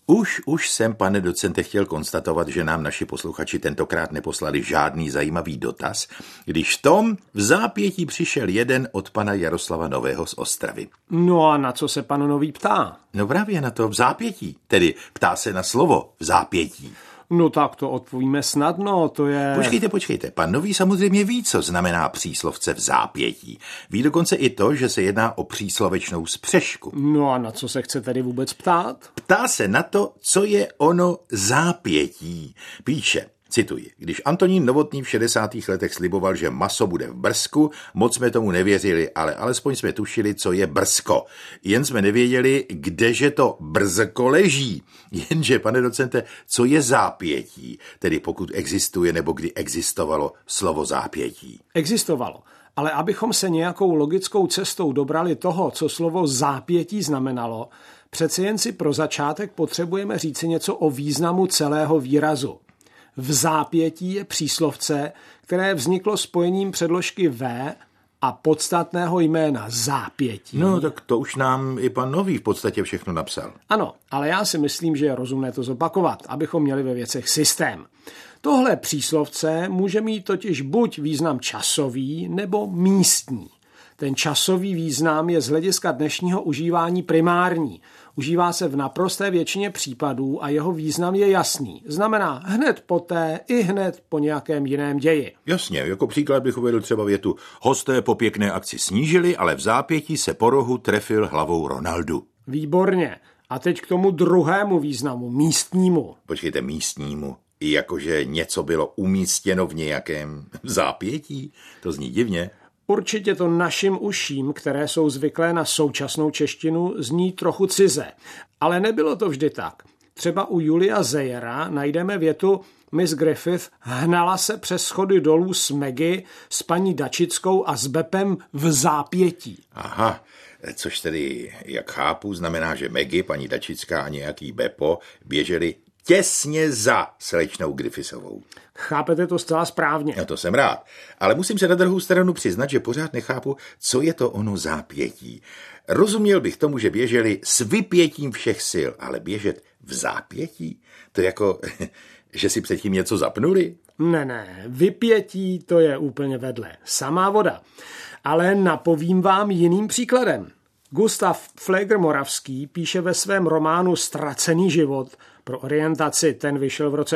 Už jsem, pane docente, chtěl konstatovat, že nám naši posluchači tentokrát neposlali žádný zajímavý dotaz, když v zápětí přišel jeden od pana Jaroslava Nového z Ostravy. No a na co se pan Nový ptá? No právě na to v zápětí, tedy ptá se na slovo v zápětí. No tak to odpovíme snadno, to je... Počkejte, pan Nový samozřejmě ví, co znamená příslovce v zápětí. Ví dokonce i to, že se jedná o příslovečnou spřežku. No a na co se chce tedy vůbec ptát? Ptá se na to, co je ono zápětí. Píše, cituji, když Antonín Novotný v 60. letech sliboval, že maso bude v Brzku, moc jsme tomu nevěřili, ale alespoň jsme tušili, co je Brzko. Jen jsme nevěděli, kdeže to Brzko leží. Jenže, pane docente, co je zápětí? Tedy pokud existuje nebo kdy existovalo slovo zápětí? Existovalo. Ale abychom se nějakou logickou cestou dobrali toho, co slovo zápětí znamenalo, přece jen si pro začátek potřebujeme říci něco o významu celého výrazu. V zápětí je příslovce, které vzniklo spojením předložky V a podstatného jména zápětí. No, tak to už nám i pan Nový v podstatě všechno napsal. Ano, ale já si myslím, že je rozumné to zopakovat, abychom měli ve věcech systém. Tohle příslovce může mít totiž buď význam časový nebo místní. Ten časový význam je z hlediska dnešního užívání primární. Užívá se v naprosté většině případů a jeho význam je jasný. Znamená hned poté i hned po nějakém jiném ději. Jasně, jako příklad bych uvedl třeba větu: hosté po pěkné akci snížili, ale v zápětí se po rohu trefil hlavou Ronaldu. Výborně. A teď k tomu druhému významu, místnímu. Počkejte, místnímu. I jakože něco bylo umístěno v nějakém zápětí? To zní divně. Určitě to našim uším, které jsou zvyklé na současnou češtinu, zní trochu cize. Ale nebylo to vždy tak. Třeba u Julia Zejera najdeme větu: Miss Griffith hnala se přes schody dolů s Maggie, s paní Dačickou a s Bepem v zápětí. Aha, což tedy, jak chápu, znamená, že Maggie, paní Dačická a nějaký Bepo běželi těsně za slečnou Griffithovou. Chápete to zcela správně. No to jsem rád. Ale musím se na druhou stranu přiznat, že pořád nechápu, co je to ono zápětí. Rozuměl bych tomu, že běželi s vypětím všech sil, ale běžet v zápětí? To jako, že si předtím něco zapnuli? Ne, vypětí to je úplně vedle. Samá voda. Ale napovím vám jiným příkladem. Gustav Pfleger Moravský píše ve svém románu Ztracený život, pro orientaci, ten vyšel v roce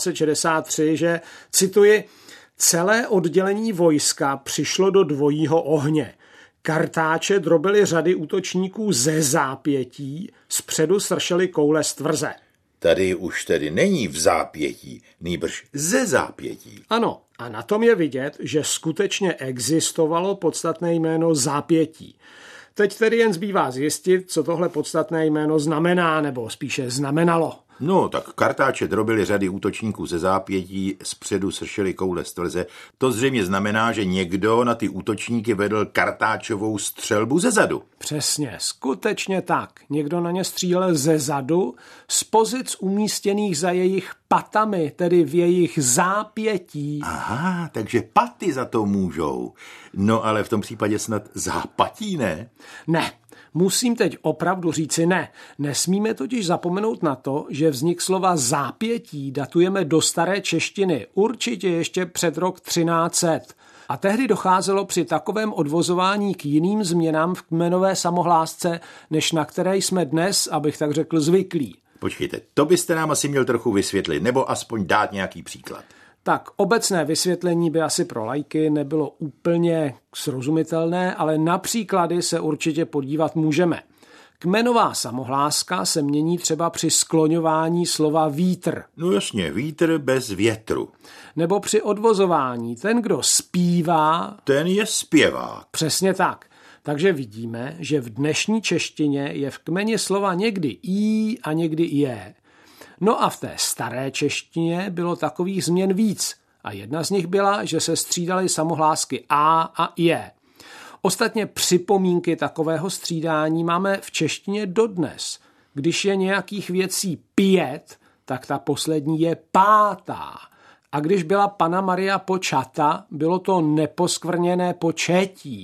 1863, že, cituji, celé oddělení vojska přišlo do dvojího ohně. Kartáče drobily řady útočníků ze zápětí, zpředu sršely koule z tvrze. Tady už tedy není v zápětí, nýbrž ze zápětí. Ano, a na tom je vidět, že skutečně existovalo podstatné jméno zápětí. Teď tedy jen zbývá zjistit, co tohle podstatné jméno znamená, nebo spíše znamenalo. No, tak kartáče drobily řady útočníků ze zápětí, zpředu sršely koule z tvrze. To zřejmě znamená, že někdo na ty útočníky vedl kartáčovou střelbu ze zadu. Přesně, skutečně tak. Někdo na ně střílel ze zadu, z pozic umístěných za jejich patami, tedy v jejich zápětí. Aha, takže paty za to můžou. No ale v tom případě snad zápatí, ne? Ne. Musím teď opravdu říci ne. Nesmíme totiž zapomenout na to, že vznik slova zápětí datujeme do staré češtiny, určitě ještě před rok 1300. A tehdy docházelo při takovém odvozování k jiným změnám v kmenové samohlásce, než na které jsme dnes, abych tak řekl, zvyklí. Počkejte, to byste nám asi měl trochu vysvětlit, nebo aspoň dát nějaký příklad. Tak obecné vysvětlení by asi pro laiky nebylo úplně srozumitelné, ale na příklady se určitě podívat můžeme. Kmenová samohláska se mění třeba při skloňování slova vítr. No jasně, vítr bez větru. Nebo při odvozování. Ten, kdo zpívá, ten je zpěvák. Přesně tak. Takže vidíme, že v dnešní češtině je v kmeni slova někdy í a někdy je. No a v té staré češtině bylo takových změn víc. A jedna z nich byla, že se střídaly samohlásky a je. Ostatně připomínky takového střídání máme v češtině dodnes. Když je nějakých věcí 5, tak ta poslední je 5. A když byla Panna Maria počata, bylo to neposkvrněné početí.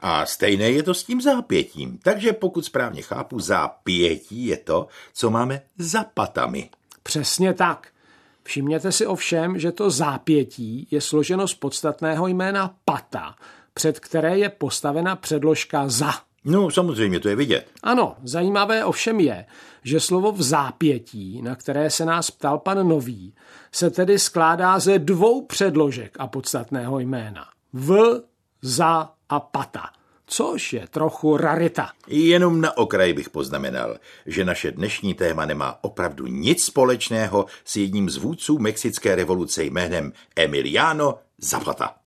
A stejné je to s tím zápětím. Takže pokud správně chápu, zápětí je to, co máme za patami. Přesně tak. Všimněte si ovšem, že to zápětí je složeno z podstatného jména pata, před které je postavena předložka za. No, samozřejmě, to je vidět. Ano, zajímavé ovšem je, že slovo v zápětí, na které se nás ptal pan Nový, se tedy skládá ze dvou předložek a podstatného jména. V, za a pata, což je trochu rarita. Jenom na okraj bych poznamenal, že naše dnešní téma nemá opravdu nic společného s jedním z vůdců mexické revoluce jménem Emiliano Zapata.